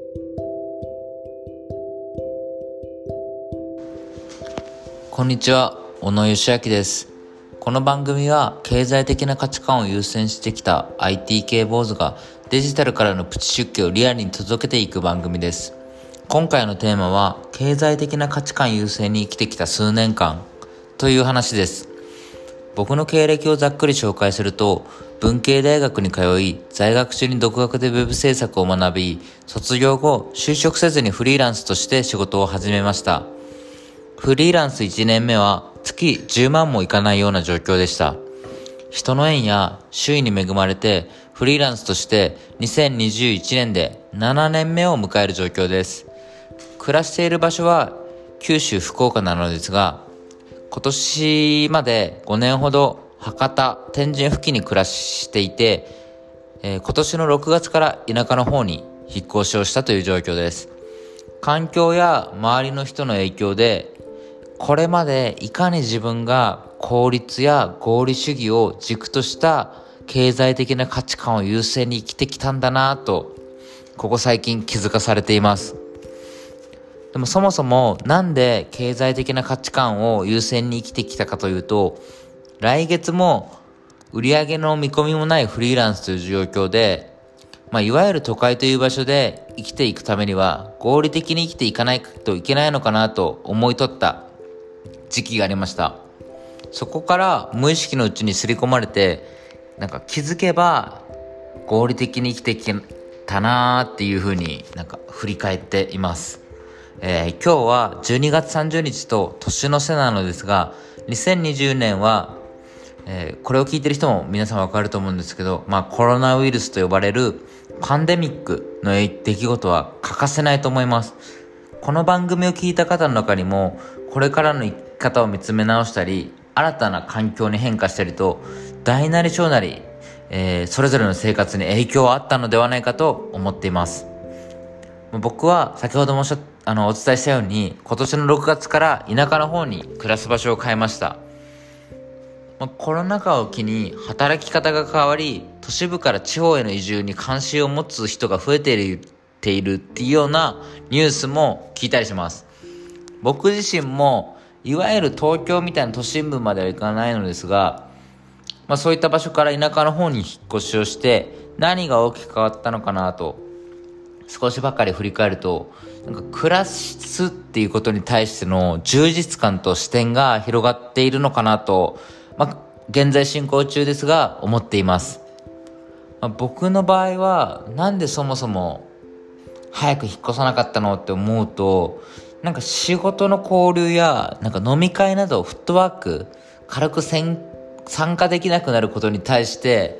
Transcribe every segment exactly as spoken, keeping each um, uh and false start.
こんにちは、小野義明です。この番組は経済的な価値観を優先してきた アイティー 系坊主がデジタルからのプチ出家をリアルに届けていく番組です。今回のテーマは経済的な価値観優先に生きてきた数年間という話です。僕の経歴をざっくり紹介すると、文系大学に通い、在学中に独学でウェブ制作を学び、卒業後、就職せずにフリーランスとして仕事を始めました。フリーランスいちねんめは月じゅうまんもいかないような状況でした。人の縁や周囲に恵まれてフリーランスとしてにせんにじゅういちねんでななねんめを迎える状況です。暮らしている場所は九州福岡なのですが、今年までごねんほど博多、天神付近に暮らしていて、えー、今年のろくがつから田舎の方に引っ越しをしたという状況です。環境や周りの人の影響で、これまでいかに自分が効率や合理主義を軸とした経済的な価値観を優先に生きてきたんだなぁと、ここ最近気づかされています。でもそもそもなんで経済的な価値観を優先に生きてきたかというと、来月も売上の見込みもないフリーランスという状況で、まあ、いわゆる都会という場所で生きていくためには合理的に生きていかないといけないのかなと思い取った時期がありました。そこから無意識のうちに刷り込まれて、なんか気づけば合理的に生きてきたなーっていう風になんか振り返っています。えー、今日はじゅうにがつさんじゅうにちと年の瀬なのですが、にせんにじゅうねんは、えー、これを聞いてる人も皆さんわかると思うんですけど、まあコロナウイルスと呼ばれるパンデミックの出来事は欠かせないと思います。この番組を聞いた方の中にも、これからの生き方を見つめ直したり、新たな環境に変化したりと、大なり小なり、えー、それぞれの生活に影響はあったのではないかと思っています。僕は先ほどもおっしゃあのお伝えしたように、今年のろくがつから田舎の方に暮らす場所を変えました。まあ、コロナ禍を機に働き方が変わり、都市部から地方への移住に関心を持つ人が増えているているっていうようなニュースも聞いたりします。僕自身もいわゆる東京みたいな都心部までは行かないのですが、まあ、そういった場所から田舎の方に引っ越しをして、何が大きく変わったのかなと少しばかり振り返ると、なんか暮らすっていうことに対しての充実感と視点が広がっているのかなと、まあ、現在進行中ですが思っています。まあ、僕の場合はなんでそもそも早く引っ越さなかったのって思うと、なんか仕事の交流やなんか飲み会などフットワーク軽く参加できなくなることに対して、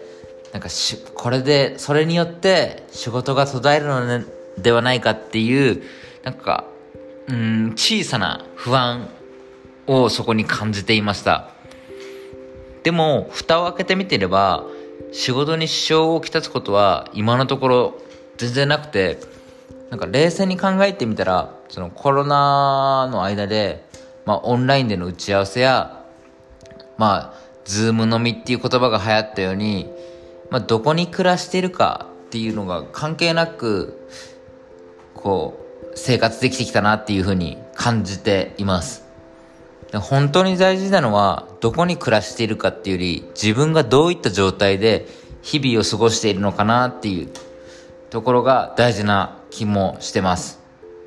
なんかしこれでそれによって仕事が途絶えるのではないかっていうなんかうーん小さな不安をそこに感じていました。でも蓋を開けてみていれば、仕事に支障をきたすことは今のところ全然なくて、なんか冷静に考えてみたら、そのコロナの間で、まあオンラインでの打ち合わせや、まあズーム飲みっていう言葉が流行ったように、まあどこに暮らしているかっていうのが関係なく、こう生活できてきたなっていうふうに感じています。本当に大事なのはどこに暮らしているかっていうより、自分がどういった状態で日々を過ごしているのかなっていうところが大事な気もしてます。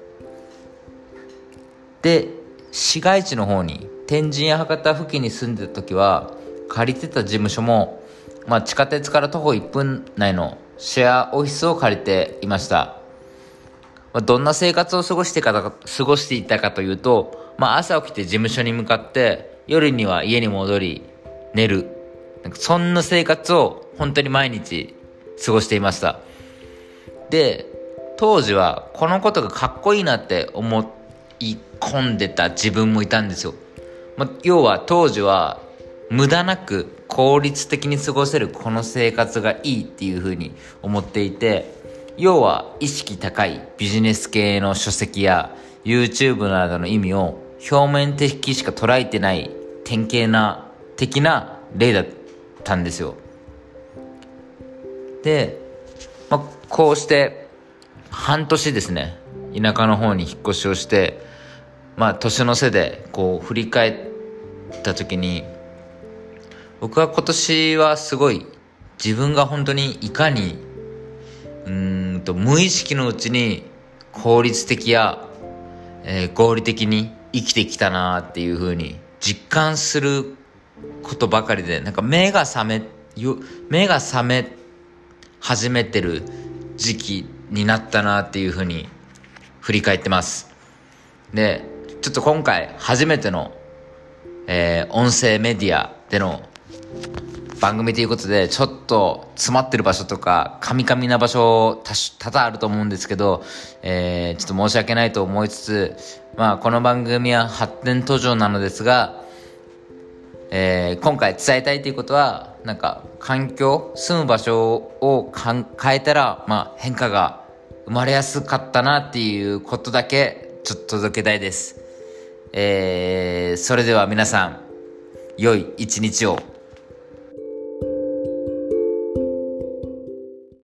で、市街地の方に天神や博多付近に住んでた時は、借りてた事務所も、まあ、地下鉄から徒歩いっぷん内のシェアオフィスを借りていました。まあ、どんな生活を過ごしてか過ごしていたかというと、まあ、朝起きて事務所に向かって夜には家に戻り寝る、なんかそんな生活を本当に毎日過ごしていました。で、当時はこのことがかっこいいなって思い込んでた自分もいたんですよ。まあ、要は当時は無駄なく効率的に過ごせるこの生活がいいっていう風に思っていて、要は意識高いビジネス系の書籍や YouTube などの意味を表面的しか捉えてない典型な的な例だったんですよ。で、まあ、こうして半年ですね、田舎の方に引っ越しをして、まあ年の瀬でこう振り返った時に、僕は今年はすごい自分が本当にいかにうーんと無意識のうちに効率的や、えー合理的に生きてきたなっていう風に実感することばかりで、なんか目が覚めよ目が覚め始めてる時期になったなっていう風に振り返ってます。で、ちょっと今回初めての、えー音声メディアでの番組ということで、ちょっと詰まってる場所とかカミカミな場所多多々あると思うんですけど、えー、ちょっと申し訳ないと思いつつ、まあこの番組は発展途上なのですが、えー、今回伝えたいということは、なんか環境、住む場所をかん変えたら、まあ変化が生まれやすかったなっていうことだけちょっと届けたいです。えー、それでは皆さん良い一日を。